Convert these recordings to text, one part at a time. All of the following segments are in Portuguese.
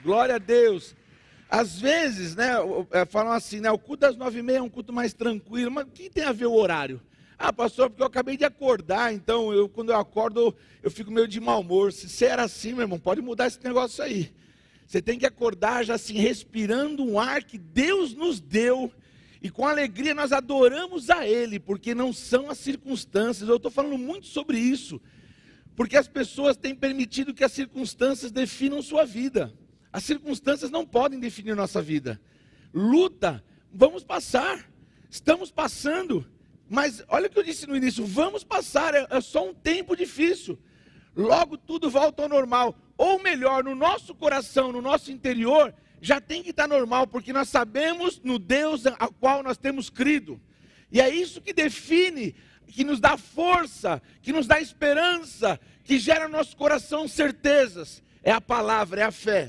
Glória a Deus. Às vezes, né, falam assim, né, o culto das 9h30 é um culto mais tranquilo, mas o que tem a ver o horário? Ah, pastor, porque eu acabei de acordar, então quando eu acordo, eu fico meio de mau humor. Se era assim, meu irmão, pode mudar esse negócio aí. Você tem que acordar já assim, respirando um ar que Deus nos deu, e com alegria nós adoramos a Ele, porque não são as circunstâncias. Eu estou falando muito sobre isso, porque as pessoas têm permitido que as circunstâncias definam sua vida. As circunstâncias não podem definir nossa vida. Luta, vamos passar, estamos passando, mas olha o que eu disse no início, vamos passar, é só um tempo difícil, logo tudo volta ao normal, ou melhor, no nosso coração, no nosso interior, já tem que estar normal, porque nós sabemos no Deus ao qual nós temos crido, e é isso que define, que nos dá força, que nos dá esperança, que gera no nosso coração certezas, é a palavra, é a fé.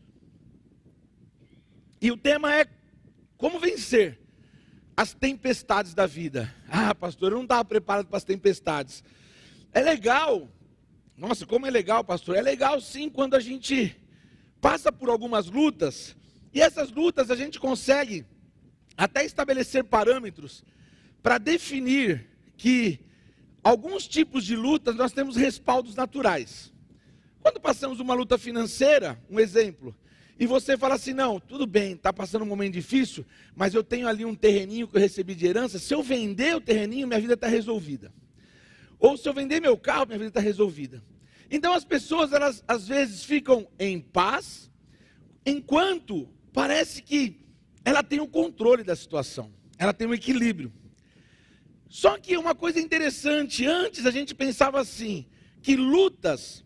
E o tema é como vencer as tempestades da vida. Ah, pastor, eu não estava preparado para as tempestades. É legal, nossa, como é legal, pastor. É legal sim quando a gente passa por algumas lutas, e essas lutas a gente consegue até estabelecer parâmetros para definir que alguns tipos de lutas nós temos respaldos naturais. Quando passamos uma luta financeira, um exemplo, e você fala assim, não, tudo bem, está passando um momento difícil, mas eu tenho ali um terreninho que eu recebi de herança, se eu vender o terreninho, minha vida está resolvida. Ou se eu vender meu carro, minha vida está resolvida. Então as pessoas, elas às vezes ficam em paz, enquanto parece que ela tem o controle da situação, ela tem um equilíbrio. Só que uma coisa interessante, antes a gente pensava assim, que lutas,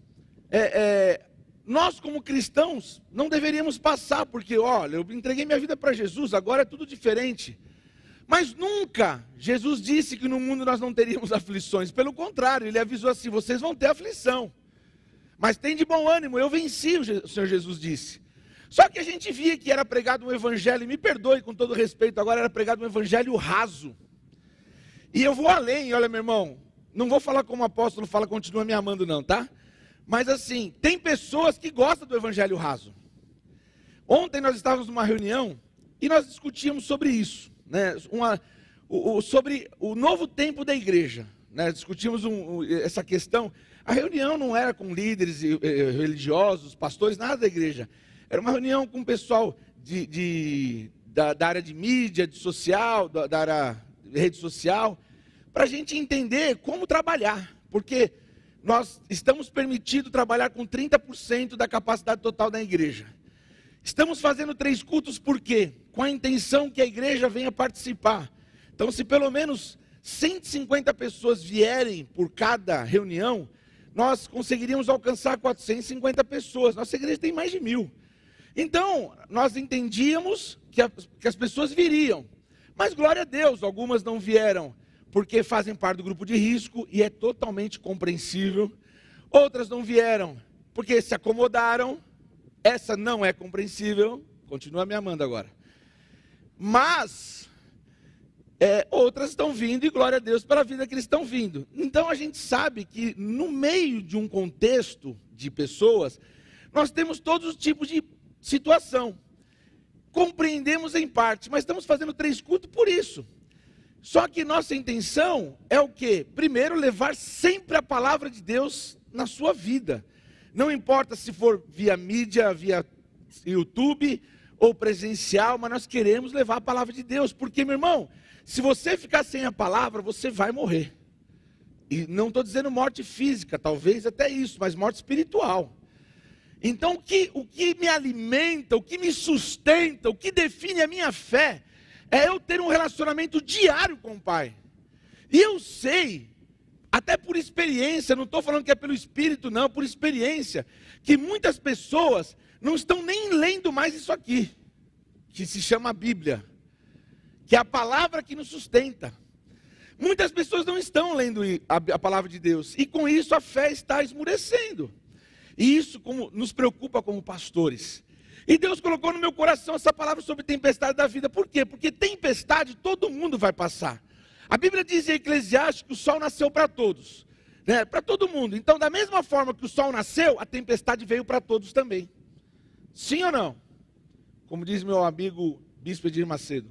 nós como cristãos não deveríamos passar, porque olha, eu entreguei minha vida para Jesus, agora é tudo diferente. Mas nunca Jesus disse que no mundo nós não teríamos aflições, pelo contrário, ele avisou assim, vocês vão ter aflição, mas tem de bom ânimo, eu venci, o Senhor Jesus disse. Só que a gente via que era pregado um evangelho, e me perdoe com todo respeito, agora era pregado um evangelho raso. E eu vou além, olha meu irmão, não vou falar como o apóstolo fala, continua me amando não, tá? Mas assim, tem pessoas que gostam do evangelho raso. Ontem nós estávamos numa reunião e nós discutíamos sobre isso, né? Sobre o novo tempo da igreja, né? Discutimos essa questão. A reunião não era com líderes religiosos, pastores, nada da igreja. Era uma reunião com o pessoal da área de mídia, de social, da área de rede social, para a gente entender como trabalhar, porque nós estamos permitidos trabalhar com 30% da capacidade total da igreja. Estamos fazendo 3 cultos por quê? Com a intenção que a igreja venha participar. Então, se pelo menos 150 pessoas vierem por cada reunião, nós conseguiríamos alcançar 450 pessoas. Nossa igreja tem mais de 1000. Então, nós entendíamos que as pessoas viriam. Mas glória a Deus, algumas não vieram porque fazem parte do grupo de risco e é totalmente compreensível. Outras não vieram porque se acomodaram, essa não é compreensível, continua me amando agora. Mas, outras estão vindo e glória a Deus pela vida que eles estão vindo. Então a gente sabe que no meio de um contexto de pessoas, nós temos todos os tipos de situação. Compreendemos em parte, mas estamos fazendo 3 cultos por isso. Só que nossa intenção é o quê? Primeiro, levar sempre a palavra de Deus na sua vida. Não importa se for via mídia, via YouTube ou presencial, mas nós queremos levar a palavra de Deus. Porque, meu irmão, se você ficar sem a palavra, você vai morrer. E não estou dizendo morte física, talvez até isso, mas morte espiritual. Então, o que me alimenta, o que me sustenta, o que define a minha fé, é eu ter um relacionamento diário com o Pai. E eu sei, até por experiência, não estou falando que é pelo Espírito não, por experiência, que muitas pessoas não estão nem lendo mais isso aqui, que se chama Bíblia, que é a palavra que nos sustenta. Muitas pessoas não estão lendo a palavra de Deus, e com isso a fé está esmurecendo. E isso nos preocupa como pastores. E Deus colocou no meu coração essa palavra sobre tempestade da vida. Por quê? Porque tempestade todo mundo vai passar. A Bíblia diz em Eclesiastes que o sol nasceu para todos, né? Para todo mundo. Então, da mesma forma que o sol nasceu, a tempestade veio para todos também. Sim ou não? Como diz meu amigo Bispo Edir Macedo.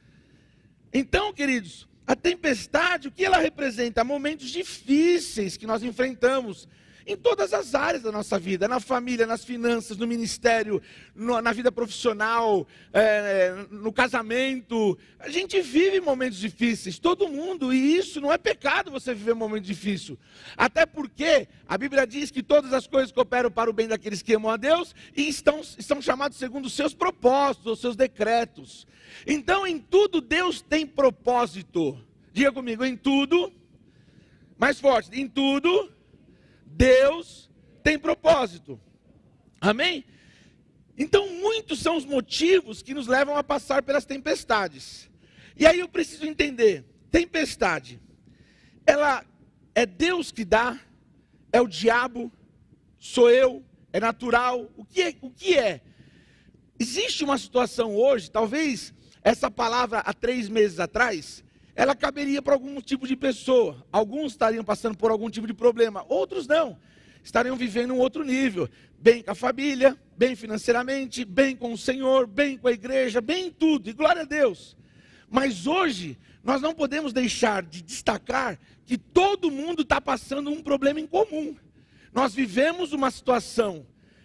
Então, queridos, a tempestade, o que ela representa? Momentos difíceis que nós enfrentamos em todas as áreas da nossa vida, na família, nas finanças, no ministério, na vida profissional, no casamento. A gente vive momentos difíceis, todo mundo, e isso não é pecado você viver um momento difícil. Até porque a Bíblia diz que todas as coisas cooperam para o bem daqueles que amam a Deus e estão chamados segundo os seus propósitos, os seus decretos. Então, em tudo Deus tem propósito. Diga comigo, em tudo, mais forte, em tudo Deus tem propósito. Amém? Então, muitos são os motivos que nos levam a passar pelas tempestades. E aí eu preciso entender, tempestade, ela é Deus que dá? É o diabo? Sou eu? É natural? O que é? Existe uma situação hoje, talvez essa palavra há 3 meses atrás, ela caberia para algum tipo de pessoa. Alguns estariam passando por algum tipo de problema, outros não. Estariam vivendo um outro nível, bem com a família, bem financeiramente, bem com o Senhor, bem com a igreja, bem em tudo, e glória a Deus. Mas hoje, nós não podemos deixar de destacar que todo mundo está passando um problema em comum. Nós vivemos uma situação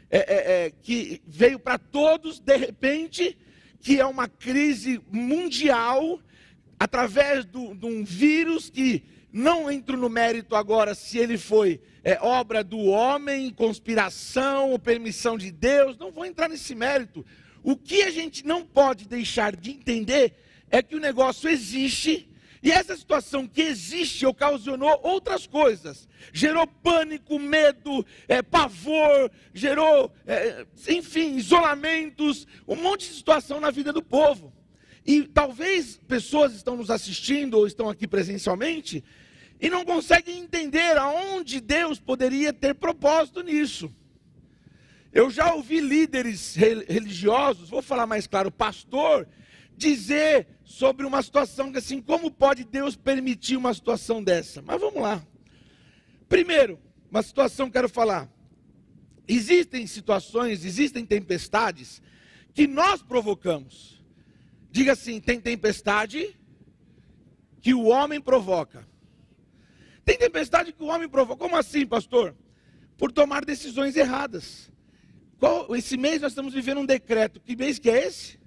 que veio para todos, de repente, que é uma crise mundial, através de um vírus que não entro no mérito agora se ele foi obra do homem, conspiração ou permissão de Deus, não vou entrar nesse mérito. O que a gente não pode deixar de entender é que o negócio existe, e essa situação que existe ocasionou outras coisas, gerou pânico, medo, pavor, gerou, enfim, isolamentos, um monte de situação na vida do povo. E talvez pessoas estão nos assistindo ou estão aqui presencialmente e não conseguem entender aonde Deus poderia ter propósito nisso. Eu já ouvi líderes religiosos, vou falar mais claro, pastor, dizer sobre uma situação que assim, como pode Deus permitir uma situação dessa? Mas vamos lá. Primeiro, uma situação que quero falar. Existem situações, existem tempestades que nós provocamos. Diga assim, tem tempestade que o homem provoca. Tem tempestade que o homem provoca. Como assim, pastor? Por tomar decisões erradas. Esse mês nós estamos vivendo um decreto. Que mês que é esse?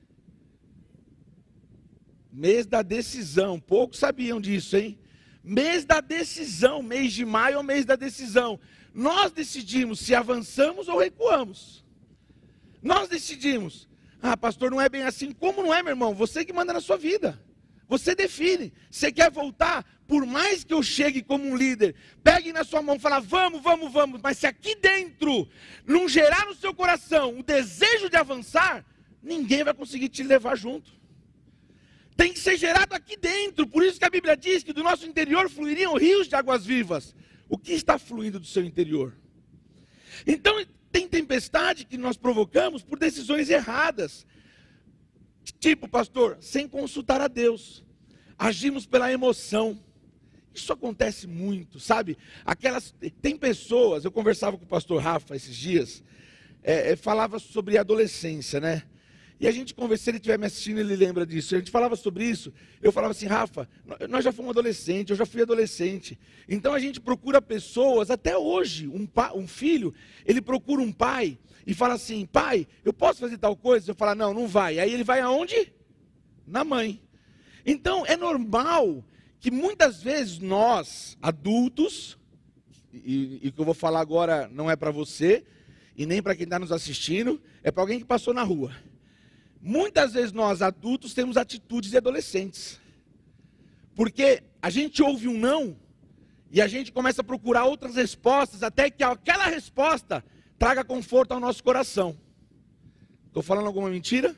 Mês da decisão. Poucos sabiam disso, hein? Mês da decisão. Mês de maio é o mês da decisão. Nós decidimos se avançamos ou recuamos. Nós decidimos. Ah, pastor, não é bem assim. Como não é, meu irmão? Você que manda na sua vida. Você define. Você quer voltar? Por mais que eu chegue como um líder, pegue na sua mão e fale, vamos. Mas se aqui dentro não gerar no seu coração o desejo de avançar, ninguém vai conseguir te levar junto. Tem que ser gerado aqui dentro. Por isso que a Bíblia diz que do nosso interior fluiriam rios de águas vivas. O que está fluindo do seu interior? Então, tem tempestade que nós provocamos por decisões erradas. Tipo, pastor, sem consultar a Deus. Agimos pela emoção. Isso acontece muito, sabe? Tem pessoas, eu conversava com o pastor Rafa esses dias, falava sobre adolescência, né? E a gente conversa, se ele estiver me assistindo, ele lembra disso. A gente falava sobre isso, eu falava assim, Rafa, nós já fomos adolescentes, eu já fui adolescente. Então a gente procura pessoas, até hoje, um filho, ele procura um pai e fala assim, pai, eu posso fazer tal coisa? Eu falo, não vai. Aí ele vai aonde? Na mãe. Então é normal que muitas vezes nós, adultos, e o que eu vou falar agora não é para você, e nem para quem está nos assistindo, é para alguém que passou na rua. Muitas vezes nós, adultos, temos atitudes de adolescentes. Porque a gente ouve um não, e a gente começa a procurar outras respostas, até que aquela resposta traga conforto ao nosso coração. Estou falando alguma mentira?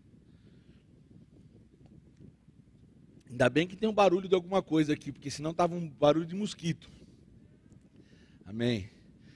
Ainda bem que tem um barulho de alguma coisa aqui, porque senão estava um barulho de mosquito. Amém.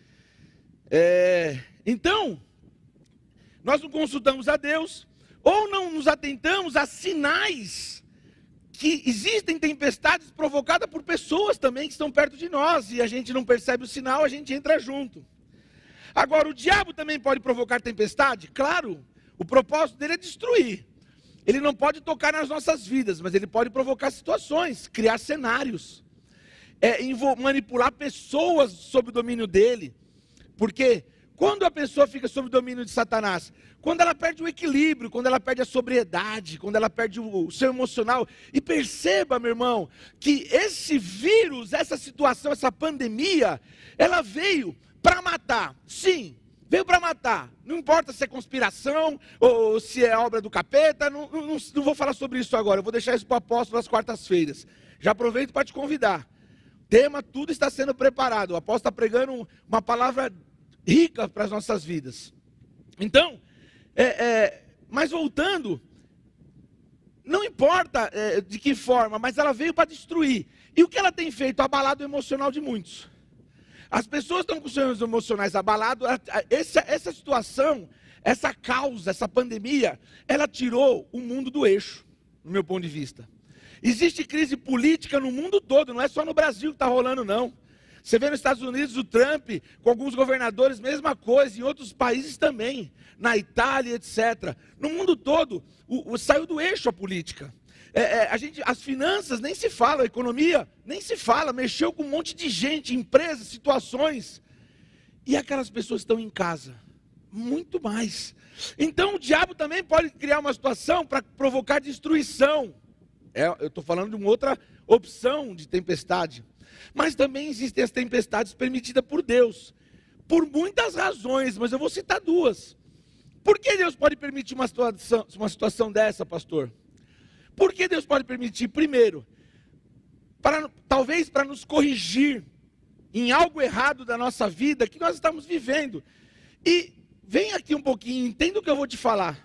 Então, nós não consultamos a Deus, ou não nos atentamos a sinais que existem tempestades provocadas por pessoas também que estão perto de nós, e a gente não percebe o sinal, a gente entra junto. Agora, o diabo também pode provocar tempestade? Claro, o propósito dele é destruir. Ele não pode tocar nas nossas vidas, mas ele pode provocar situações, criar cenários, manipular pessoas sob o domínio dele. Porque quando a pessoa fica sob o domínio de Satanás, quando ela perde o equilíbrio, quando ela perde a sobriedade, quando ela perde o seu emocional, e perceba, meu irmão, que esse vírus, essa situação, essa pandemia, ela veio para matar, sim, veio para matar, não importa se é conspiração, ou se é obra do capeta, não vou falar sobre isso agora, eu vou deixar isso para o apóstolo às quartas-feiras, já aproveito para te convidar, tema, tudo está sendo preparado, o apóstolo está pregando uma palavra rica para as nossas vidas. Então, mas voltando, não importa de que forma, mas ela veio para destruir. E o que ela tem feito? Abalado o emocional de muitos. As pessoas estão com seus emocionais abalados. Essa situação, essa causa, essa pandemia, ela tirou o mundo do eixo, no meu ponto de vista. Existe crise política no mundo todo, não é só no Brasil que está rolando, não. Você vê nos Estados Unidos o Trump, com alguns governadores, mesma coisa, em outros países também, na Itália, etc. No mundo todo, saiu do eixo a política. As finanças nem se fala, a economia nem se fala, mexeu com um monte de gente, empresas, situações. E aquelas pessoas estão em casa, muito mais. Então o diabo também pode criar uma situação para provocar destruição. Eu estou falando de uma outra opção de tempestade. Mas também existem as tempestades permitidas por Deus, por muitas razões, mas eu vou citar duas. Por que Deus pode permitir uma situação dessa, pastor? Por que Deus pode permitir? Primeiro, talvez para nos corrigir em algo errado da nossa vida que nós estamos vivendo. E vem aqui um pouquinho, entenda o que eu vou te falar.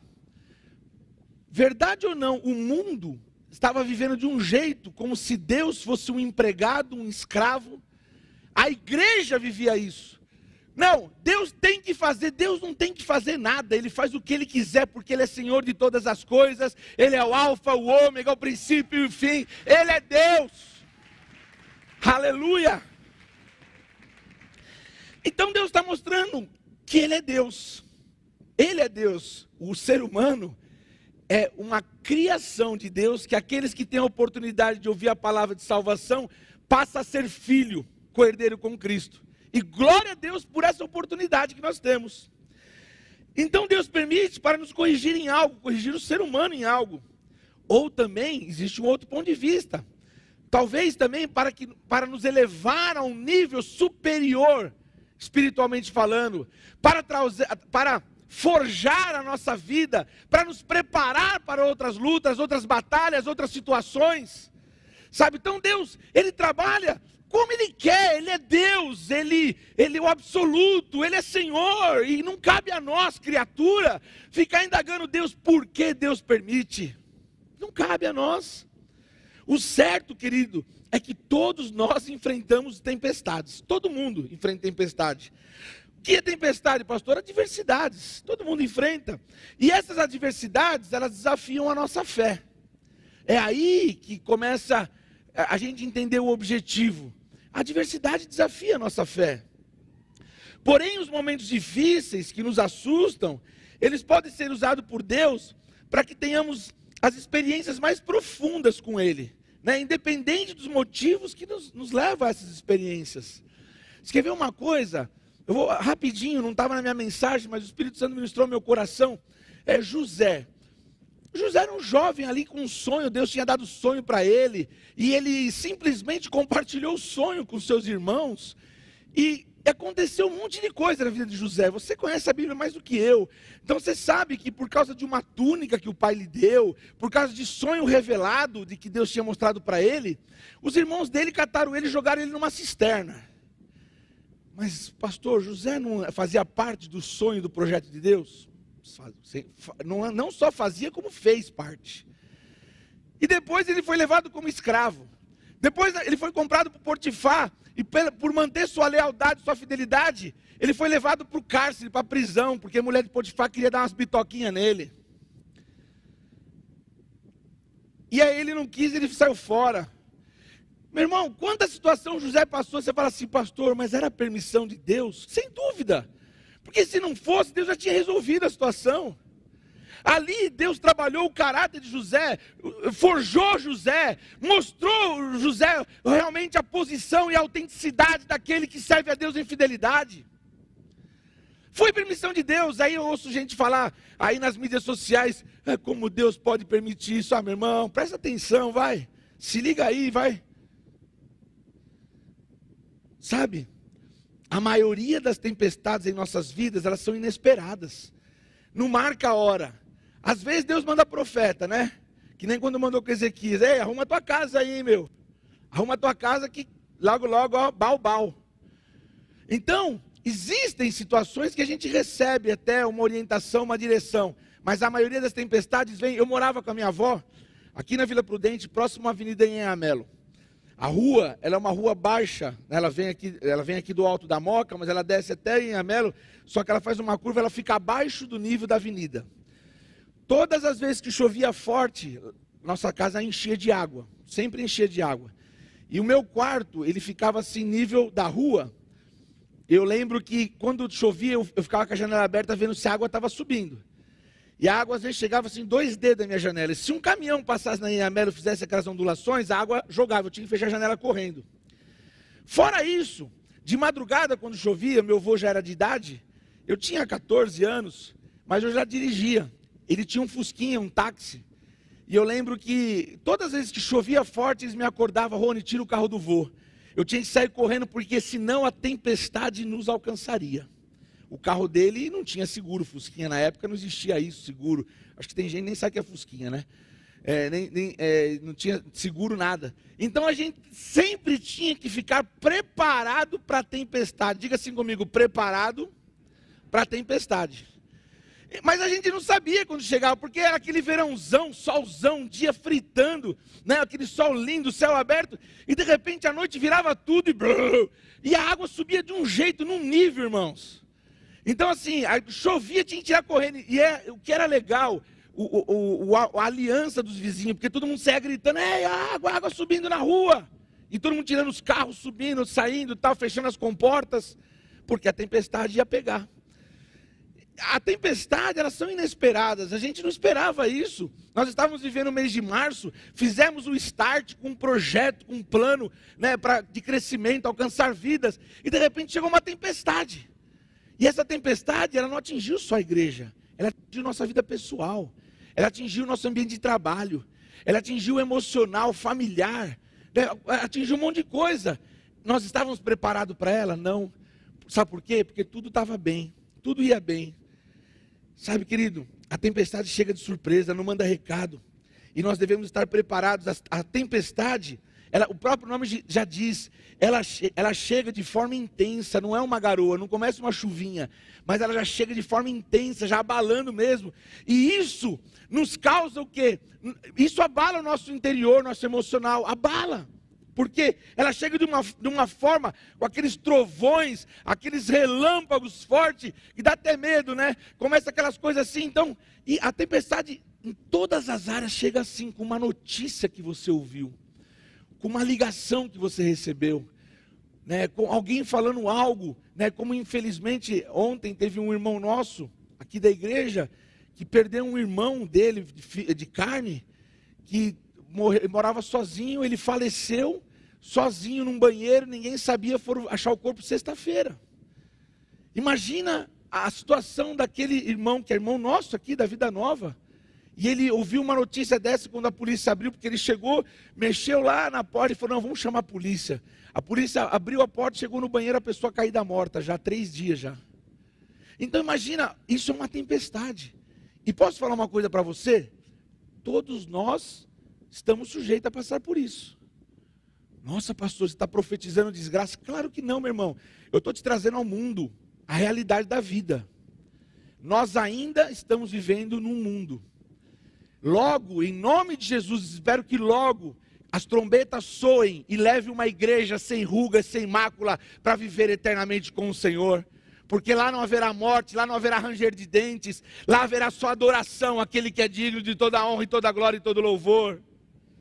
Verdade ou não, o mundo estava vivendo de um jeito, como se Deus fosse um empregado, um escravo. A igreja vivia isso. Não, Deus tem que fazer, Deus não tem que fazer nada, Ele faz o que Ele quiser, porque Ele é Senhor de todas as coisas, Ele é o alfa, o ômega, o princípio e o fim, Ele é Deus. Aleluia! Então Deus está mostrando que Ele é Deus. Ele é Deus. O ser humano é uma criação de Deus, que aqueles que têm a oportunidade de ouvir a palavra de salvação, passa a ser filho, co-herdeiro com Cristo. E glória a Deus por essa oportunidade que nós temos. Então Deus permite para nos corrigir em algo, corrigir o ser humano em algo. Ou também, existe um outro ponto de vista. Talvez também para nos elevar a um nível superior, espiritualmente falando, para forjar a nossa vida, para nos preparar para outras lutas, outras batalhas, outras situações, sabe? Então Deus, Ele trabalha como Ele quer, Ele é Deus, Ele é o absoluto, Ele é Senhor, e não cabe a nós, criatura, ficar indagando Deus, por que Deus permite? Não cabe a nós. O certo, querido, é que todos nós enfrentamos tempestades, todo mundo enfrenta tempestade. O que é tempestade, pastor? Adversidades, todo mundo enfrenta. E essas adversidades, elas desafiam a nossa fé. É aí que começa a gente entender o objetivo. A adversidade desafia a nossa fé. Porém, os momentos difíceis que nos assustam, eles podem ser usados por Deus para que tenhamos as experiências mais profundas com Ele, né? Independente dos motivos que nos levam a essas experiências. Você quer ver uma coisa? Eu vou rapidinho, não estava na minha mensagem, mas o Espírito Santo ministrou no meu coração. José. José era um jovem ali com um sonho, Deus tinha dado sonho para ele, e ele simplesmente compartilhou o sonho com seus irmãos, e aconteceu um monte de coisa na vida de José. Você conhece a Bíblia mais do que eu, então você sabe que por causa de uma túnica que o pai lhe deu, por causa de sonho revelado, de que Deus tinha mostrado para ele, os irmãos dele cataram ele e jogaram ele numa cisterna. Mas pastor, José não fazia parte do sonho do projeto de Deus? Não só fazia, como fez parte. E depois ele foi levado como escravo. Depois ele foi comprado por Potifar. E por manter sua lealdade, sua fidelidade, ele foi levado para o cárcere, para a prisão. Porque a mulher de Potifar queria dar umas bitoquinhas nele. E aí ele não quis, ele saiu fora. Meu irmão, quanta situação José passou, você fala assim, pastor, mas era a permissão de Deus? Sem dúvida. Porque se não fosse, Deus já tinha resolvido a situação. Ali Deus trabalhou o caráter de José, forjou José, mostrou José realmente a posição e a autenticidade daquele que serve a Deus em fidelidade. Foi permissão de Deus. Aí eu ouço gente falar aí nas mídias sociais, como Deus pode permitir isso? Meu irmão, presta atenção, vai, se liga aí, vai. Sabe, a maioria das tempestades em nossas vidas, elas são inesperadas, não marca a hora. Às vezes Deus manda profeta, né? Que nem quando mandou com Ezequias, ei, arruma tua casa aí, meu. Arruma tua casa que logo, ó, bau. Então, existem situações que a gente recebe até uma orientação, uma direção. Mas a maioria das tempestades vem. Eu morava com a minha avó, aqui na Vila Prudente, próximo à Avenida Anhangamelo. A rua, ela é uma rua baixa, né? Ela vem aqui do Alto da Moca, mas ela desce até Anhangamelo, só que ela faz uma curva, ela fica abaixo do nível da avenida. Todas as vezes que chovia forte, nossa casa enchia de água, sempre enchia de água. E o meu quarto, ele ficava assim, nível da rua. Eu lembro que quando chovia, eu ficava com a janela aberta vendo se a água estava subindo. E a água às vezes chegava assim, 2 dedos da minha janela. E se um caminhão passasse na Anhangamelo e fizesse aquelas ondulações, a água jogava, eu tinha que fechar a janela correndo. Fora isso, de madrugada quando chovia, meu avô já era de idade, eu tinha 14 anos, mas eu já dirigia. Ele tinha um fusquinha, um táxi. E eu lembro que todas as vezes que chovia forte, eles me acordavam, Rony, tira o carro do vô. Eu tinha que sair correndo, porque senão a tempestade nos alcançaria. O carro dele não tinha seguro, fusquinha. Na época não existia isso, seguro. Acho que tem gente que nem sabe o que é fusquinha, né? Não tinha seguro, nada. Então a gente sempre tinha que ficar preparado para a tempestade. Diga assim comigo, preparado para a tempestade. Mas a gente não sabia quando chegava, porque era aquele verãozão, solzão, um dia fritando, né? Aquele sol lindo, céu aberto, e de repente a noite virava tudo e a água subia de um jeito, num nível, irmãos. Então assim, chovia, tinha que tirar correndo, e o que era legal, a aliança dos vizinhos, porque todo mundo saia gritando, ei, água subindo na rua, e todo mundo tirando os carros, subindo, saindo, tal, fechando as comportas, porque a tempestade ia pegar. A tempestade, elas são inesperadas, a gente não esperava isso. Nós estávamos vivendo o mês de março, fizemos o start com um projeto, com um plano, né, de crescimento, alcançar vidas, e de repente chegou uma tempestade. E essa tempestade, ela não atingiu só a igreja, ela atingiu nossa vida pessoal, ela atingiu o nosso ambiente de trabalho, ela atingiu o emocional, familiar, né, atingiu um monte de coisa. Nós estávamos preparados para ela? Não. Sabe por quê? Porque tudo estava bem, tudo ia bem. Sabe, querido, a tempestade chega de surpresa, não manda recado. E nós devemos estar preparados. A tempestade, o próprio nome já diz, ela chega de forma intensa, não é uma garoa, não começa uma chuvinha, mas ela já chega de forma intensa, já abalando mesmo. E isso nos causa o quê? Isso abala o nosso interior, nosso emocional, abala. Porque ela chega de uma forma, com aqueles trovões, aqueles relâmpagos fortes, que dá até medo, né? Começa aquelas coisas assim, então, e a tempestade em todas as áreas chega assim, com uma notícia que você ouviu, com uma ligação que você recebeu, né? Com alguém falando algo, né? Como infelizmente ontem teve um irmão nosso, aqui da igreja, que perdeu um irmão dele, de carne, que morava sozinho, ele faleceu, sozinho num banheiro, ninguém sabia, foram achar o corpo sexta-feira. Imagina a situação daquele irmão, que é irmão nosso aqui, da Vida Nova, e ele ouviu uma notícia dessa quando a polícia abriu, porque ele chegou, mexeu lá na porta e falou, não, vamos chamar a polícia. A polícia abriu a porta, chegou no banheiro, a pessoa caída morta, já 3 dias já. Então imagina, isso é uma tempestade. E posso falar uma coisa para você? Todos nós estamos sujeitos a passar por isso. Nossa, pastor, você está profetizando desgraça? Claro que não, meu irmão. Eu estou te trazendo ao mundo a realidade da vida. Nós ainda estamos vivendo num mundo. Logo, em nome de Jesus, espero que logo as trombetas soem e leve uma igreja sem rugas, sem mácula, para viver eternamente com o Senhor. Porque lá não haverá morte, lá não haverá ranger de dentes, lá haverá só adoração, aquele que é digno de toda honra e toda glória e todo louvor.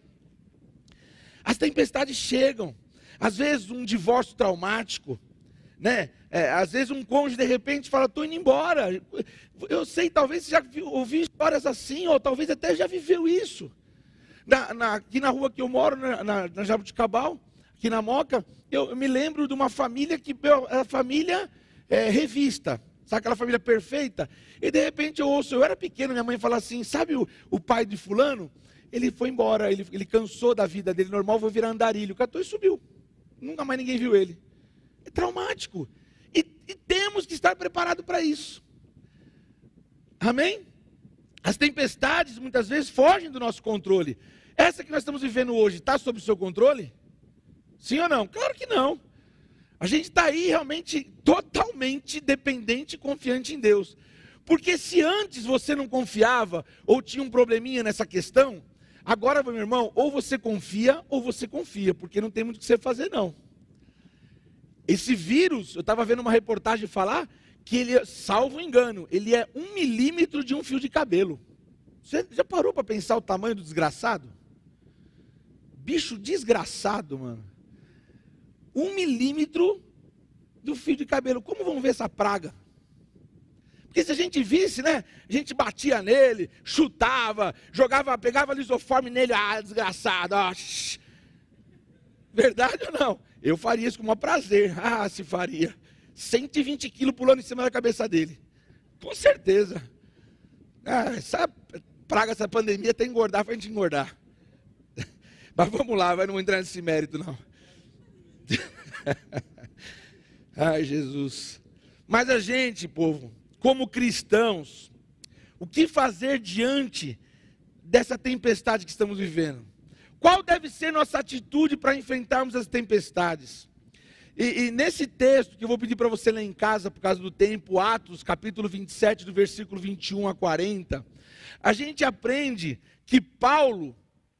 As tempestades chegam, às vezes um divórcio traumático, né? Às vezes um cônjuge de repente fala, estou indo embora. Eu sei, talvez você já ouviu histórias assim, ou talvez até já viveu isso. Aqui na rua que eu moro, na Jabuticabal, aqui na Moca, eu me lembro de uma família que a família revista, sabe aquela família perfeita? E de repente eu era pequeno, minha mãe fala assim, sabe o pai de fulano? Ele foi embora, ele cansou da vida dele normal, foi virar andarilho, catou e subiu. Nunca mais ninguém viu ele. É traumático. E temos que estar preparados para isso. Amém? As tempestades muitas vezes fogem do nosso controle. Essa que nós estamos vivendo hoje, está sob o seu controle? Sim ou não? Claro que não. A gente está aí realmente totalmente dependente e confiante em Deus. Porque se antes você não confiava, ou tinha um probleminha nessa questão, agora, meu irmão, ou você confia, porque não tem muito o que você fazer não. Esse vírus, eu estava vendo uma reportagem falar, que ele, salvo engano, ele é 1 milímetro de um fio de cabelo. Você já parou para pensar o tamanho do desgraçado? Bicho desgraçado, mano. 1 milímetro do fio de cabelo. Como vamos ver essa praga? Porque se a gente visse, né? A gente batia nele, chutava, jogava, pegava lisoforme nele. Ah, desgraçado. Ah, verdade ou não? Eu faria isso com o maior prazer. Ah, se faria. 120 quilos pulando em cima da cabeça dele. Com certeza. Ah, essa praga, essa pandemia tem que engordar para a gente engordar. Mas vamos lá, não vou entrar nesse mérito não. Ai, Jesus. Mas a gente, povo, como cristãos, o que fazer diante dessa tempestade que estamos vivendo? Qual deve ser nossa atitude para enfrentarmos as tempestades? E nesse texto, que eu vou pedir para você ler em casa, por causa do tempo, Atos, capítulo 27, do versículo 21 a 40, a gente aprende que Paulo,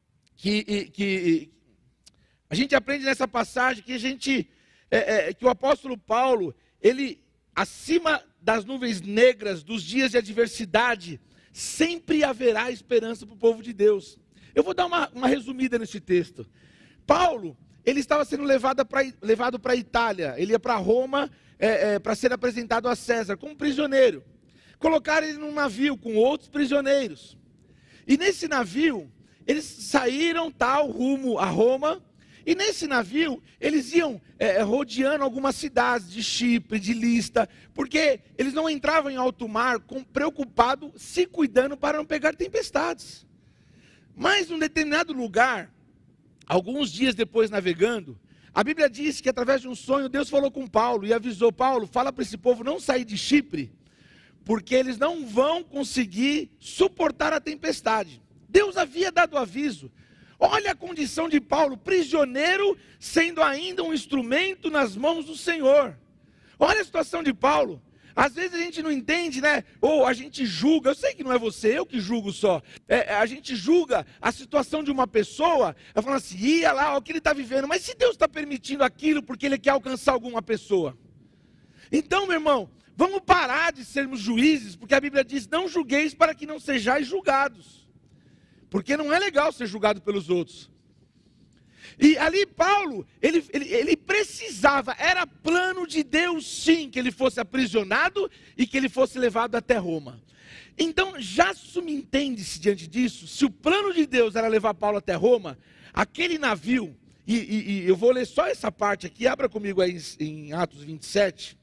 a gente aprende nessa passagem que que o apóstolo Paulo, ele, acima das nuvens negras, dos dias de adversidade, sempre haverá esperança para o povo de Deus. Eu vou dar uma resumida nesse texto. Paulo, ele estava sendo levado para a Itália, ele ia para Roma para ser apresentado a César como prisioneiro. Colocaram ele num navio com outros prisioneiros. E nesse navio, eles saíram rumo a Roma. E nesse navio, eles iam rodeando algumas cidades de Chipre, de Lista, porque eles não entravam em alto mar preocupados, se cuidando para não pegar tempestades. Mas num determinado lugar, alguns dias depois navegando, a Bíblia diz que através de um sonho, Deus falou com Paulo e avisou Paulo, fala para esse povo não sair de Chipre, porque eles não vão conseguir suportar a tempestade. Deus havia dado aviso. Olha a condição de Paulo, prisioneiro, sendo ainda um instrumento nas mãos do Senhor. Olha a situação de Paulo. Às vezes a gente não entende, né? Ou a gente julga, eu sei que não é você, eu que julgo só. A gente julga a situação de uma pessoa, falando assim, ia lá, olha o que ele está vivendo. Mas se Deus está permitindo aquilo porque Ele quer alcançar alguma pessoa. Então, meu irmão, vamos parar de sermos juízes, porque a Bíblia diz, não julgueis para que não sejais julgados. Porque não é legal ser julgado pelos outros. E ali Paulo, ele precisava, era plano de Deus sim, que ele fosse aprisionado e que ele fosse levado até Roma. Então já subentende-se diante disso, se o plano de Deus era levar Paulo até Roma, aquele navio, e eu vou ler só essa parte aqui, abra comigo aí em Atos 27.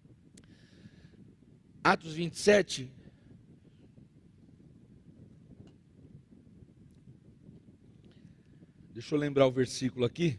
Atos 27. Deixa eu lembrar o versículo aqui.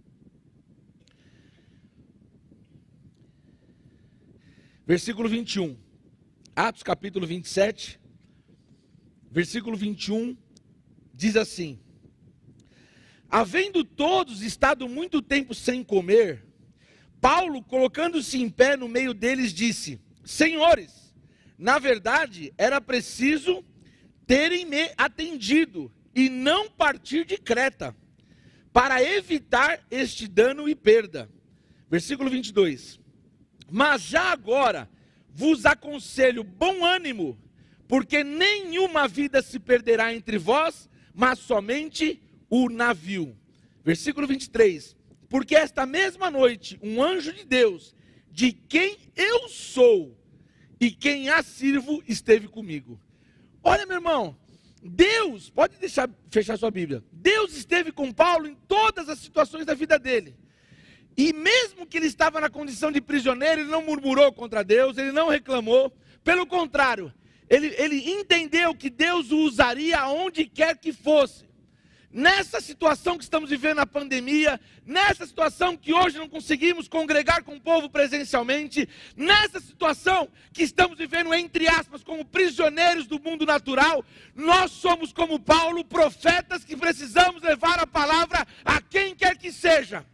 Versículo 21. Atos capítulo 27. Versículo 21. Diz assim. Havendo todos estado muito tempo sem comer, Paulo, colocando-se em pé no meio deles, disse: Senhores, na verdade era preciso terem me atendido e não partir de Creta, para evitar este dano e perda. Versículo 22. Mas já agora vos aconselho bom ânimo, porque nenhuma vida se perderá entre vós, mas somente o navio. Versículo 23. Porque esta mesma noite um anjo de Deus de quem eu sou e quem a sirvo esteve comigo. Olha, meu irmão, Deus, pode fechar sua Bíblia, Deus esteve com Paulo em todas as situações da vida dele. E mesmo que ele estava na condição de prisioneiro, ele não murmurou contra Deus, ele não reclamou. Pelo contrário, ele entendeu que Deus o usaria aonde quer que fosse. Nessa situação que estamos vivendo na pandemia, nessa situação que hoje não conseguimos congregar com o povo presencialmente, nessa situação que estamos vivendo, entre aspas, como prisioneiros do mundo natural, nós somos como Paulo, profetas que precisamos levar a palavra a quem quer que seja.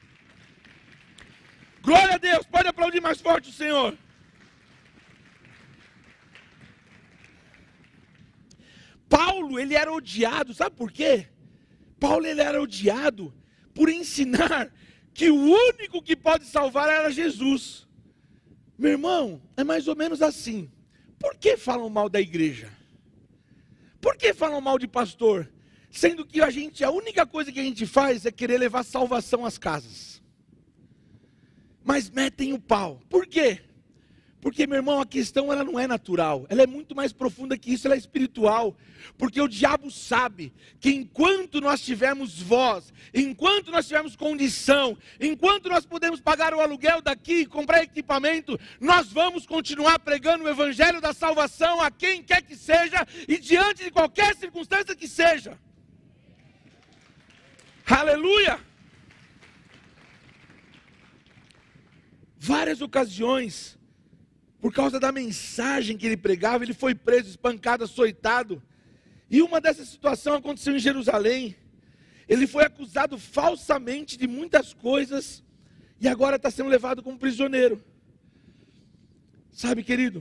Glória a Deus, pode aplaudir mais forte o Senhor. Paulo, ele era odiado, sabe por quê? Paulo, ele era odiado por ensinar que o único que pode salvar era Jesus. Meu irmão, é mais ou menos assim. Por que falam mal da igreja? Por que falam mal de pastor? Sendo que a única coisa que a gente faz é querer levar salvação às casas. Mas metem o pau. Por quê? Porque, meu irmão, a questão ela não é natural, ela é muito mais profunda que isso, ela é espiritual. Porque o diabo sabe que enquanto nós tivermos voz, enquanto nós tivermos condição, enquanto nós podemos pagar o aluguel daqui, comprar equipamento, nós vamos continuar pregando o evangelho da salvação a quem quer que seja e diante de qualquer circunstância que seja. Aleluia! Várias ocasiões, por causa da mensagem que ele pregava, ele foi preso, espancado, açoitado. E uma dessas situações aconteceu em Jerusalém. Ele foi acusado falsamente de muitas coisas e agora está sendo levado como prisioneiro. Sabe, querido?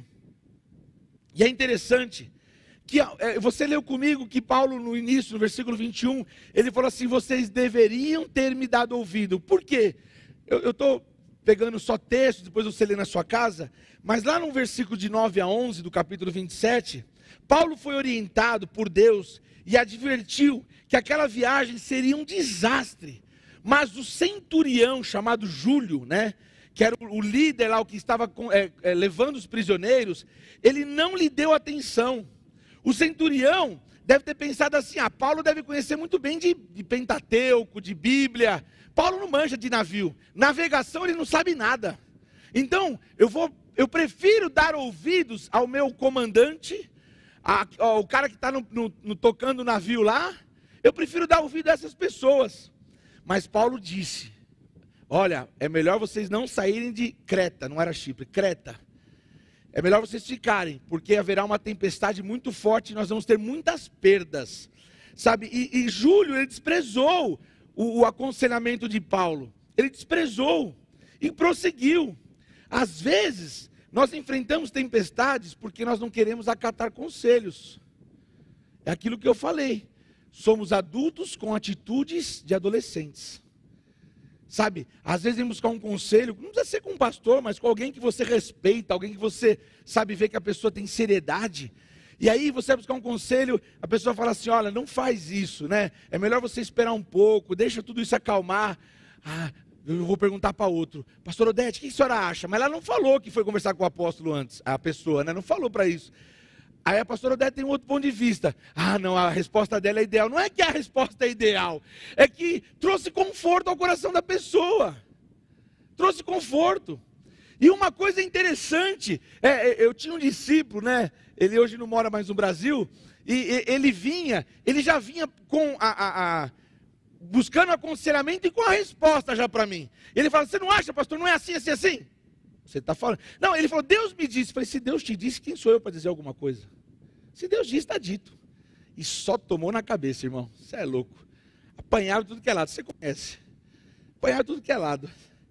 E é interessante que você leu comigo que Paulo no início, no versículo 21, ele falou assim: vocês deveriam ter me dado ouvido. Por quê? Eu estou pegando só texto, depois você lê na sua casa, mas lá no versículo de 9 a 11 do capítulo 27, Paulo foi orientado por Deus e advertiu que aquela viagem seria um desastre, mas o centurião chamado Júlio, né, que era o líder lá, o que estava levando os prisioneiros, ele não lhe deu atenção. O centurião deve ter pensado assim: Paulo deve conhecer muito bem de Pentateuco, de Bíblia. Paulo não manja de navio, navegação ele não sabe nada. Então, eu prefiro dar ouvidos ao meu comandante, ao cara que está tocando o navio lá, eu prefiro dar ouvido a essas pessoas. Mas Paulo disse: olha, é melhor vocês não saírem de Creta, não era Chipre, Creta. É melhor vocês ficarem, porque haverá uma tempestade muito forte e nós vamos ter muitas perdas. Sabe, e Júlio, ele desprezou o aconselhamento de Paulo. Ele desprezou e prosseguiu. Às vezes, nós enfrentamos tempestades porque nós não queremos acatar conselhos. É aquilo que eu falei. Somos adultos com atitudes de adolescentes. Sabe, às vezes vem buscar um conselho, não precisa ser com um pastor, mas com alguém que você respeita, alguém que você sabe ver que a pessoa tem seriedade. E aí você vai buscar um conselho, a pessoa fala assim: olha, não faz isso, né? É melhor você esperar um pouco, deixa tudo isso acalmar. Eu vou perguntar para outro: pastor Odete, o que a senhora acha? Mas ela não falou que foi conversar com o apóstolo antes, a pessoa, né? Não falou para isso. Aí a pastora Odete tem um outro ponto de vista. Não, a resposta dela é ideal. Não é que a resposta é ideal, é que trouxe conforto ao coração da pessoa. Trouxe conforto. E uma coisa interessante, eu tinha um discípulo, né? Ele hoje não mora mais no Brasil, e ele já vinha com buscando aconselhamento e com a resposta já para mim. Ele fala: você não acha, pastor, não é assim, assim, assim? Você está falando? Não, ele falou: Deus me disse. Eu falei: se Deus te disse, quem sou eu para dizer alguma coisa? Se Deus disse, está dito. E só tomou na cabeça, irmão. Você é louco. Apanharam tudo que é lado, você conhece. Apanharam tudo que é lado.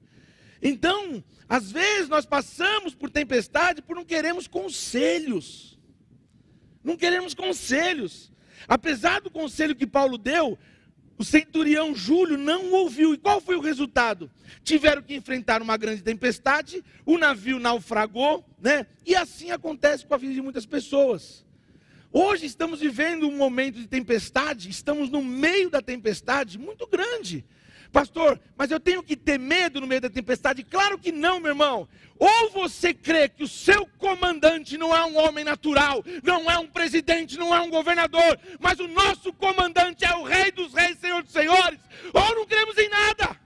Então, às vezes nós passamos por tempestade por não queremos conselhos. Não queremos conselhos. Apesar do conselho que Paulo deu, o centurião Júlio não ouviu. E qual foi o resultado? Tiveram que enfrentar uma grande tempestade, o navio naufragou, né? E assim acontece com a vida de muitas pessoas. Hoje estamos vivendo um momento de tempestade, estamos no meio da tempestade muito grande. Pastor, mas eu tenho que ter medo no meio da tempestade? Claro que não, meu irmão. Ou você crê que o seu comandante não é um homem natural, não é um presidente, não é um governador, mas o nosso comandante é o Rei dos Reis, Senhor dos Senhores, ou não cremos em nada.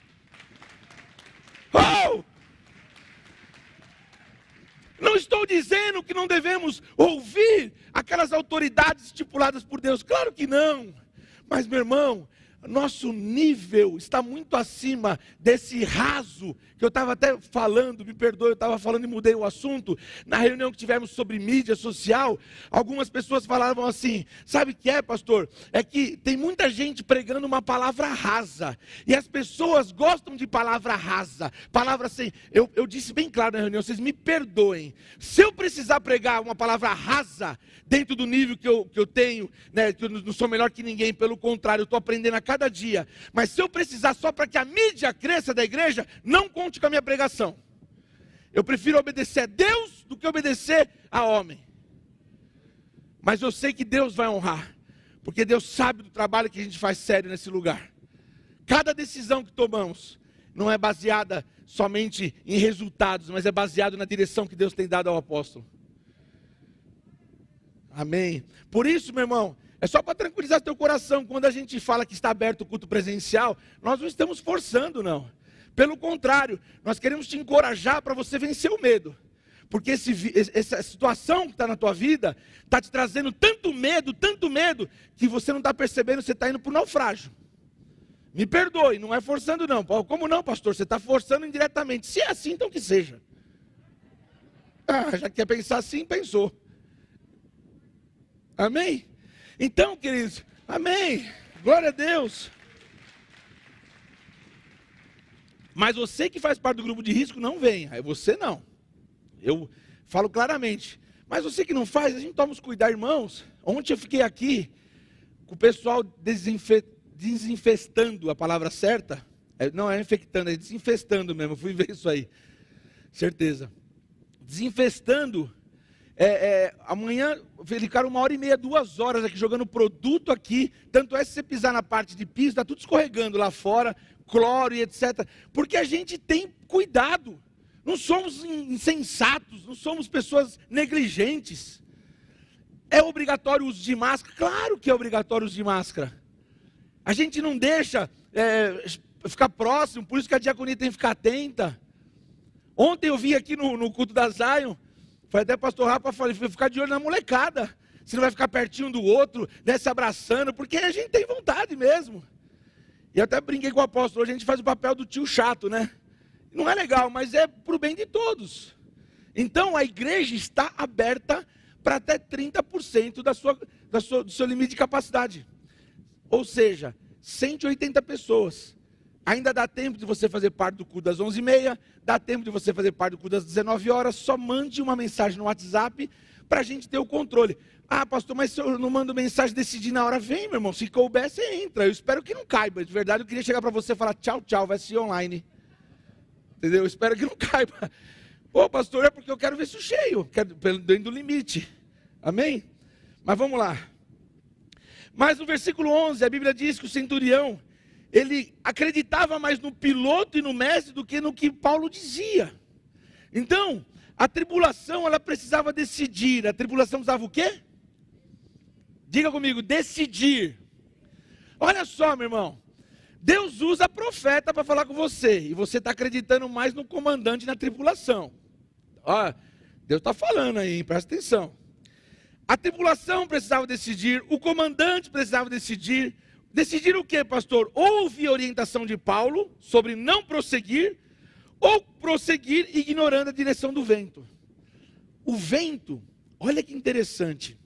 Não estou dizendo que não devemos ouvir aquelas autoridades estipuladas por Deus, claro que não. Mas, meu irmão, nosso nível está muito acima desse raso, que eu estava até falando, me perdoe, eu estava falando e mudei o assunto, na reunião que tivemos sobre mídia social, algumas pessoas falavam assim, sabe o que é, pastor? É que tem muita gente pregando uma palavra rasa, e as pessoas gostam de palavra rasa, palavra assim, eu disse bem claro na reunião, vocês me perdoem, se eu precisar pregar uma palavra rasa, dentro do nível que eu tenho, né, que eu não sou melhor que ninguém, pelo contrário, eu estou aprendendo a cada dia, mas se eu precisar só para que a mídia cresça da igreja, não conte com a minha pregação. Eu prefiro obedecer a Deus do que obedecer a homem. Mas eu sei que Deus vai honrar, porque Deus sabe do trabalho que a gente faz sério nesse lugar. Cada decisão que tomamos não é baseada somente em resultados, mas é baseado na direção que Deus tem dado ao apóstolo. Amém. Por isso, meu irmão, é só para tranquilizar teu coração, quando a gente fala que está aberto o culto presencial, nós não estamos forçando, não. Pelo contrário, nós queremos te encorajar para você vencer o medo. Porque essa situação que está na tua vida, está te trazendo tanto medo, que você não está percebendo, você está indo para o naufrágio. Me perdoe, não é forçando não. Como não, pastor? Você está forçando indiretamente. Se é assim, então que seja. Já quer pensar assim, pensou. Amém? Então, queridos, amém, glória a Deus. Mas você que faz parte do grupo de risco, não venha, é você não. Eu falo claramente. Mas você que não faz, a gente toma os cuidados, irmãos. Ontem eu fiquei aqui com o pessoal desinfestando, a palavra certa. Não é infectando, é desinfestando mesmo, eu fui ver isso aí, certeza. Desinfestando. Amanhã ficaram 1h30, 2 horas aqui jogando produto aqui, tanto é se você pisar na parte de piso, está tudo escorregando lá fora, cloro e etc, porque a gente tem cuidado, não somos insensatos, não somos pessoas negligentes. É obrigatório o uso de máscara? Claro que é obrigatório o uso de máscara, a gente não deixa ficar próximo, por isso que a diaconia tem que ficar atenta. Ontem eu vi aqui no culto da Zion, falei até pastor Rafa, falei, ficar de olho na molecada, você não vai ficar pertinho do outro, né, se abraçando, porque a gente tem vontade mesmo. E eu até brinquei com o apóstolo, hoje a gente faz o papel do tio chato, né? Não é legal, mas é para o bem de todos. Então a igreja está aberta para até 30% do seu limite de capacidade. Ou seja, 180 pessoas. Ainda dá tempo de você fazer parte do culto das 11h30, dá tempo de você fazer parte do culto das 19 horas, só mande uma mensagem no WhatsApp para a gente ter o controle. Ah, pastor, mas se eu não mando mensagem, decidir na hora, vem, meu irmão, se couber, você entra. Eu espero que não caiba, de verdade, eu queria chegar para você e falar, tchau, tchau, vai assistir online. Entendeu? Eu espero que não caiba. Pô, pastor, é porque eu quero ver isso cheio, quero dentro do limite. Amém? Mas vamos lá. Mas no versículo 11, a Bíblia diz que o centurião, ele acreditava mais no piloto e no mestre do que no que Paulo dizia. Então, a tribulação, ela precisava decidir. A tribulação precisava o quê? Diga comigo, decidir. Olha só, meu irmão. Deus usa profeta para falar com você. E você está acreditando mais no comandante na tribulação. Ó, Deus está falando aí, hein? Presta atenção. A tribulação precisava decidir. O comandante precisava decidir. Decidir o que, pastor? Houve orientação de Paulo sobre não prosseguir, ou prosseguir ignorando a direção do vento. O vento, olha que interessante.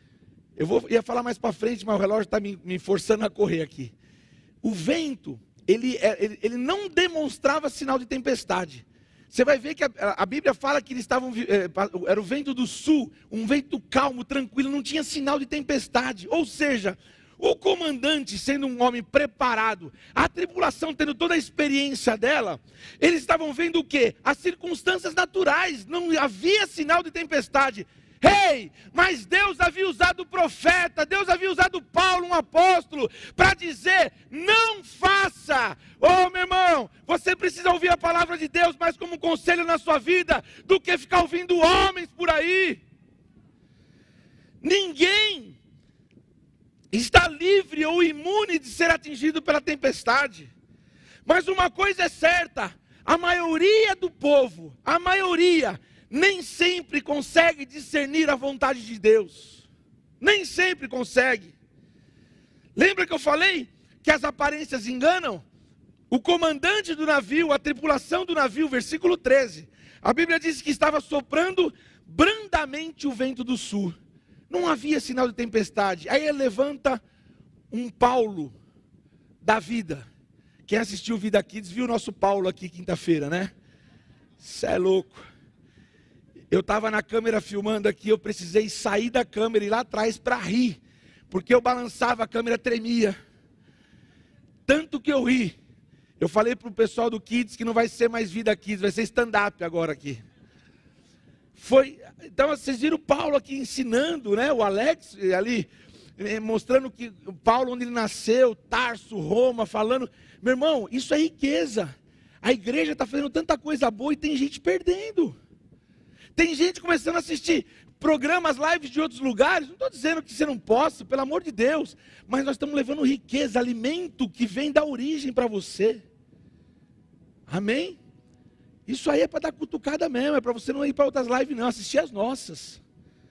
Ia falar mais para frente, mas o relógio está me forçando a correr aqui. O vento, ele não demonstrava sinal de tempestade. Você vai ver que a Bíblia fala que eles estavam, era o vento do sul, um vento calmo, tranquilo, não tinha sinal de tempestade. Ou seja, o comandante, sendo um homem preparado, a tripulação tendo toda a experiência dela, eles estavam vendo o quê? As circunstâncias naturais, não havia sinal de tempestade. Ei, mas Deus havia usado o profeta, Deus havia usado Paulo, um apóstolo, para dizer: não faça. Oh, meu irmão, você precisa ouvir a palavra de Deus mais como um conselho na sua vida, do que ficar ouvindo homens por aí. Ninguém está livre ou imune de ser atingido pela tempestade. Mas uma coisa é certa: a maioria do povo, a maioria, nem sempre consegue discernir a vontade de Deus. Nem sempre consegue. Lembra que eu falei que as aparências enganam? O comandante do navio, a tripulação do navio, versículo 13. A Bíblia diz que estava soprando brandamente o vento do sul. Não havia sinal de tempestade. Aí ele levanta um Paulo da vida. Quem assistiu Vida Kids viu o nosso Paulo aqui quinta-feira, né? Isso é louco. Eu estava na câmera filmando aqui, eu precisei sair da câmera e ir lá atrás para rir. Porque eu balançava, a câmera tremia. Tanto que eu ri. Eu falei para o pessoal do Kids que não vai ser mais Vida Kids, vai ser stand-up agora aqui. Então vocês viram o Paulo aqui ensinando, né? O Alex ali, mostrando que o Paulo, onde ele nasceu, Tarso, Roma, falando. Meu irmão, isso é riqueza. A igreja está fazendo tanta coisa boa e tem gente perdendo. Tem gente começando a assistir programas, lives de outros lugares. Não estou dizendo que você não possa, pelo amor de Deus. Mas nós estamos levando riqueza, alimento que vem da origem para você. Amém? Isso aí é para dar cutucada mesmo. É para você não ir para outras lives não, assistir as nossas.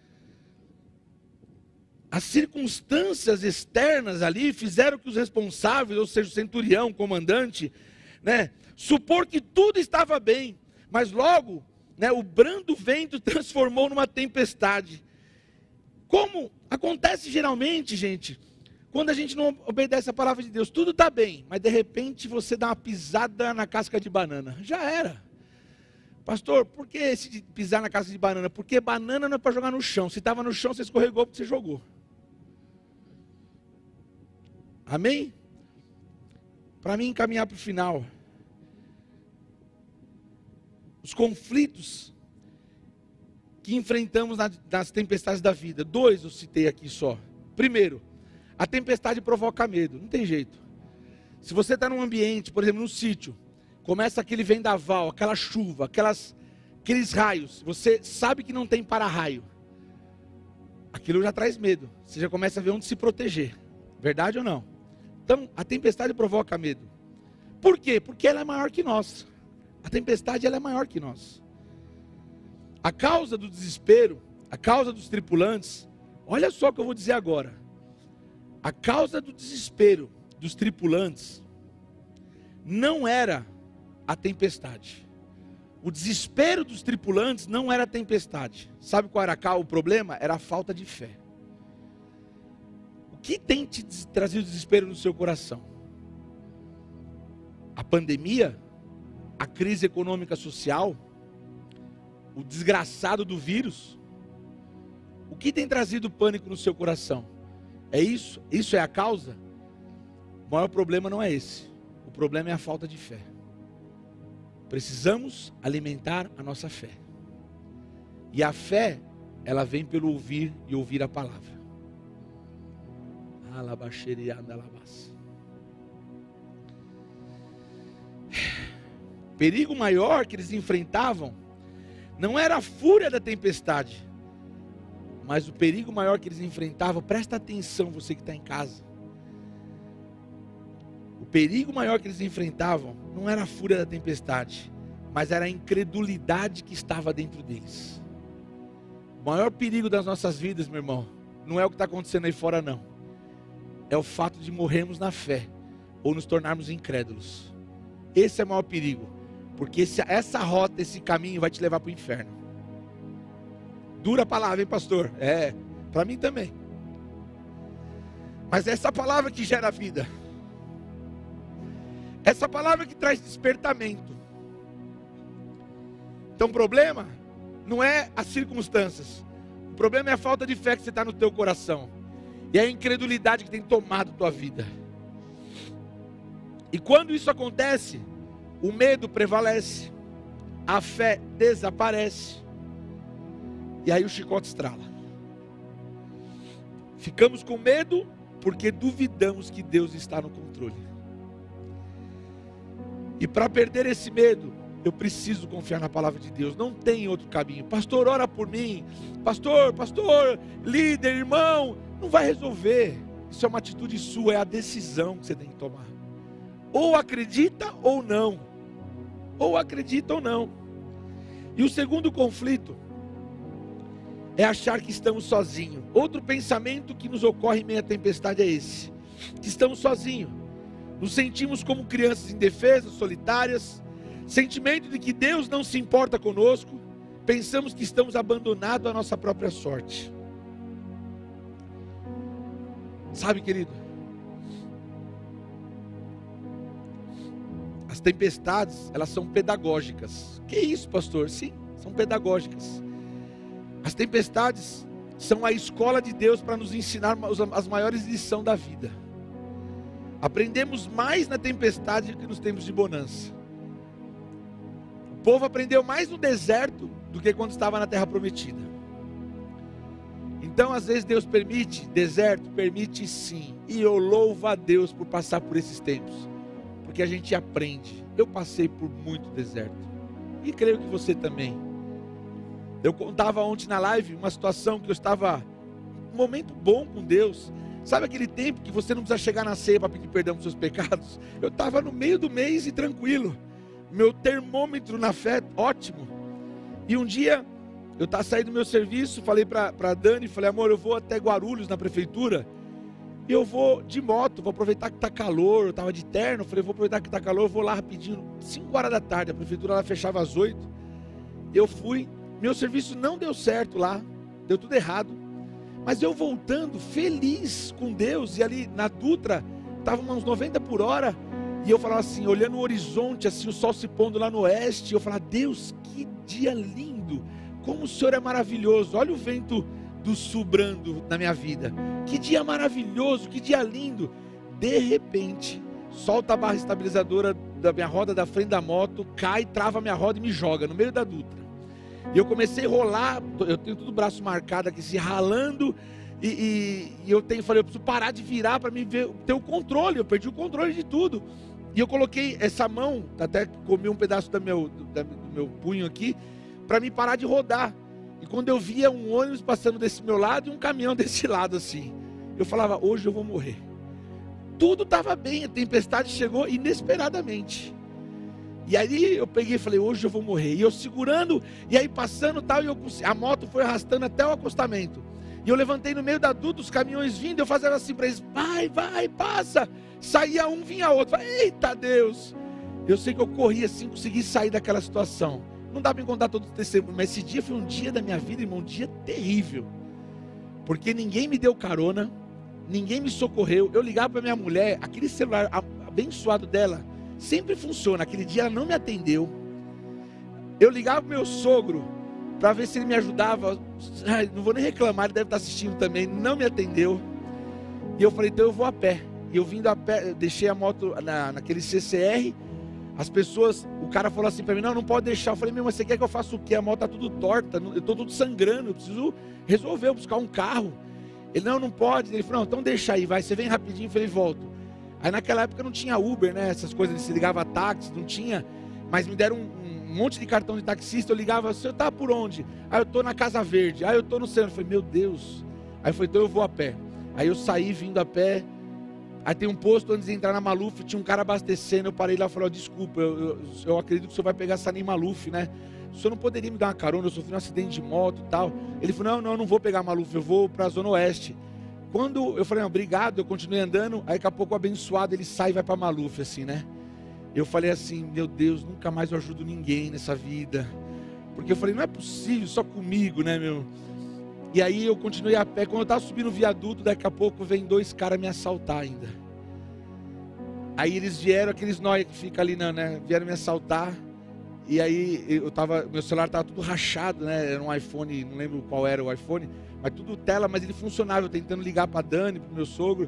As circunstâncias externas ali fizeram que os responsáveis, ou seja, o centurião, o comandante, né, supor que tudo estava bem. Mas logo, né, o brando vento transformou numa tempestade. Como acontece geralmente, gente, quando a gente não obedece a palavra de Deus, tudo está bem, mas de repente você dá uma pisada na casca de banana. Já era. Pastor, por que esse de pisar na casca de banana? Porque banana não é para jogar no chão. Se estava no chão, você escorregou porque você jogou. Amém? Para mim encaminhar para o final. Os conflitos que enfrentamos nas tempestades da vida. 2 eu citei aqui só. Primeiro, a tempestade provoca medo. Não tem jeito. Se você está num ambiente, por exemplo, num sítio, começa aquele vendaval, aquela chuva, aqueles raios. Você sabe que não tem para-raio. Aquilo já traz medo. Você já começa a ver onde se proteger. Verdade ou não? Então, a tempestade provoca medo. Por quê? Porque ela é maior que nós. A tempestade ela é maior que nós. A causa do desespero, a causa dos tripulantes, olha só o que eu vou dizer agora. A causa do desespero dos tripulantes não era a tempestade. O desespero dos tripulantes não era a tempestade. Sabe qual era o problema? Era a falta de fé. O que tem te trazido desespero no seu coração? A pandemia? A crise econômica social? O desgraçado do vírus? O que tem trazido pânico no seu coração? É isso? Isso é a causa? O maior problema não é esse. O problema é a falta de fé. Precisamos alimentar a nossa fé. E a fé, ela vem pelo ouvir e ouvir a palavra. O perigo maior que eles enfrentavam não era a fúria da tempestade, mas o perigo maior que eles enfrentavam, presta atenção você que está em casa. O perigo maior que eles enfrentavam não era a fúria da tempestade, mas era a incredulidade que estava dentro deles. O maior perigo das nossas vidas, meu irmão, não é o que está acontecendo aí fora não. É o fato de morrermos na fé ou nos tornarmos incrédulos. Esse é o maior perigo, porque essa rota, esse caminho vai te levar para o inferno. Dura a palavra, hein, pastor? É, para mim também. Mas é essa palavra que gera vida. Essa palavra que traz despertamento. Então o problema não é as circunstâncias. O problema é a falta de fé que você está no teu coração. E a incredulidade que tem tomado tua vida. E quando isso acontece, o medo prevalece. A fé desaparece. E aí o chicote estrala. Ficamos com medo porque duvidamos que Deus está no controle. E para perder esse medo, eu preciso confiar na palavra de Deus. Não tem outro caminho. Pastor, ora por mim. Pastor, líder, irmão. Não vai resolver. Isso é uma atitude sua, é a decisão que você tem que tomar. Ou acredita ou não. Ou acredita ou não. E o segundo conflito é achar que estamos sozinhos. Outro pensamento que nos ocorre em meio à tempestade é esse: que estamos sozinhos. Nos sentimos como crianças indefesas, solitárias. Sentimento de que Deus não se importa conosco. Pensamos que estamos abandonados à nossa própria sorte. Sabe, querido, as tempestades, elas são pedagógicas. Que isso, pastor? Sim, são pedagógicas. As tempestades são a escola de Deus para nos ensinar as maiores lições da vida. Aprendemos mais na tempestade do que nos tempos de bonança. O povo aprendeu mais no deserto do que quando estava na terra prometida. Então, às vezes Deus permite deserto, permite sim. E eu louvo a Deus por passar por esses tempos, porque a gente aprende. Eu passei por muito deserto, e creio que você também. Eu contava ontem na live uma situação que eu estava um momento bom com Deus. Sabe aquele tempo que você não precisa chegar na ceia para pedir perdão dos seus pecados? Eu estava no meio do mês e tranquilo. Meu termômetro na fé, ótimo. E um dia, eu estava saindo do meu serviço, falei para a Dani, falei, amor, eu vou até Guarulhos, na prefeitura, e eu vou de moto, vou aproveitar que está calor, eu estava de terno, falei, vou aproveitar que está calor, eu vou lá rapidinho, 5 horas da tarde, a prefeitura lá fechava às 8, eu fui, meu serviço não deu certo lá, deu tudo errado, mas eu voltando, feliz com Deus, e ali na Dutra, estava uns 90 por hora, e eu falava assim, olhando o horizonte, assim, o sol se pondo lá no oeste, eu falava, Deus, que dia lindo, como o Senhor é maravilhoso, olha o vento do sul brando na minha vida, que dia maravilhoso, que dia lindo. De repente, solta a barra estabilizadora da minha roda da frente da moto, cai, trava a minha roda e me joga no meio da Dutra. E eu comecei a rolar, eu tenho tudo o braço marcado aqui, se ralando, e eu falei, eu preciso parar de virar para me ter o controle, eu perdi o controle de tudo. E eu coloquei essa mão, até comi um pedaço do meu punho aqui, para me parar de rodar. E quando eu via um ônibus passando desse meu lado e um caminhão desse lado assim, eu falava, hoje eu vou morrer. Tudo estava bem, a tempestade chegou inesperadamente. E aí eu peguei e falei, hoje eu vou morrer. E eu segurando, e aí passando tal, a moto foi arrastando até o acostamento. E eu levantei no meio da Dutra, os caminhões vindo, eu fazia assim para eles, vai, passa. Saía um, vinha outro. Falei, eita Deus. Eu sei que eu corri assim, consegui sair daquela situação. Não dá para contar todo o testemunho, mas esse dia foi um dia da minha vida, irmão, um dia terrível. Porque ninguém me deu carona, ninguém me socorreu. Eu ligava para minha mulher, aquele celular abençoado dela, sempre funciona. Aquele dia ela não me atendeu. Eu ligava para meu sogro, para ver se ele me ajudava. Não vou nem reclamar, ele deve estar assistindo também. Não me atendeu. E eu falei, então eu vou a pé. E eu vindo a pé, deixei a moto naquele CCR. As pessoas, o cara falou assim para mim, não pode deixar. Eu falei, mas você quer que eu faça o quê? A moto está tudo torta, eu estou tudo sangrando, eu preciso resolver, buscar um carro. Ele, não pode. Ele falou, não, então deixa aí, vai, você vem rapidinho. Eu falei, volto. Aí naquela época não tinha Uber, né, essas coisas, se ligava a táxi, não tinha. Mas me deram um monte de cartão de taxista, eu ligava, você tá por onde? Aí eu tô na Casa Verde, aí eu tô no centro. Eu falei, meu Deus. Aí eu falei, então eu vou a pé. Aí eu saí vindo a pé. Aí tem um posto antes de entrar na Maluf, tinha um cara abastecendo, eu parei lá e falei, desculpa, eu acredito que o senhor vai pegar essa nem Maluf, né? O senhor não poderia me dar uma carona, eu sofri um acidente de moto e tal. Ele falou, não, eu não vou pegar a Maluf, eu vou para a Zona Oeste. Quando eu falei, obrigado, eu continuei andando, aí daqui a pouco o abençoado, ele sai e vai para Maluf, assim, né? Eu falei assim, meu Deus, nunca mais eu ajudo ninguém nessa vida. Porque eu falei, não é possível, só comigo, né, meu? E aí eu continuei a pé, quando eu estava subindo o viaduto, daqui a pouco vem 2 caras me assaltar ainda. Aí eles vieram, aqueles nóia que fica ali, né, vieram me assaltar. E aí meu celular estava tudo rachado, né, era um iPhone, não lembro qual era o iPhone, mas tudo tela, mas ele funcionava, eu tentando ligar para a Dani, para o meu sogro.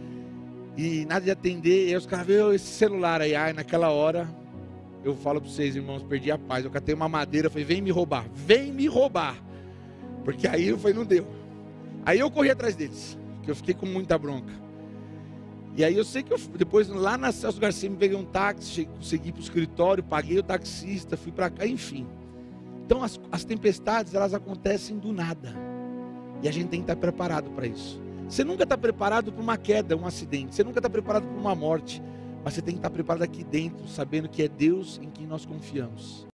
E nada de atender, e aí os caras viram esse celular aí, naquela hora, eu falo para vocês, irmãos, perdi a paz. Eu catei uma madeira, falei, vem me roubar. Porque aí eu falei, não deu. Aí eu corri atrás deles, porque eu fiquei com muita bronca. E aí eu sei que depois lá na Celso Garcia me peguei um táxi, consegui ir para o escritório, paguei o taxista, fui para cá, enfim. Então as tempestades, elas acontecem do nada. E a gente tem que estar preparado para isso. Você nunca está preparado para uma queda, um acidente. Você nunca está preparado para uma morte. Mas você tem que estar preparado aqui dentro, sabendo que é Deus em quem nós confiamos.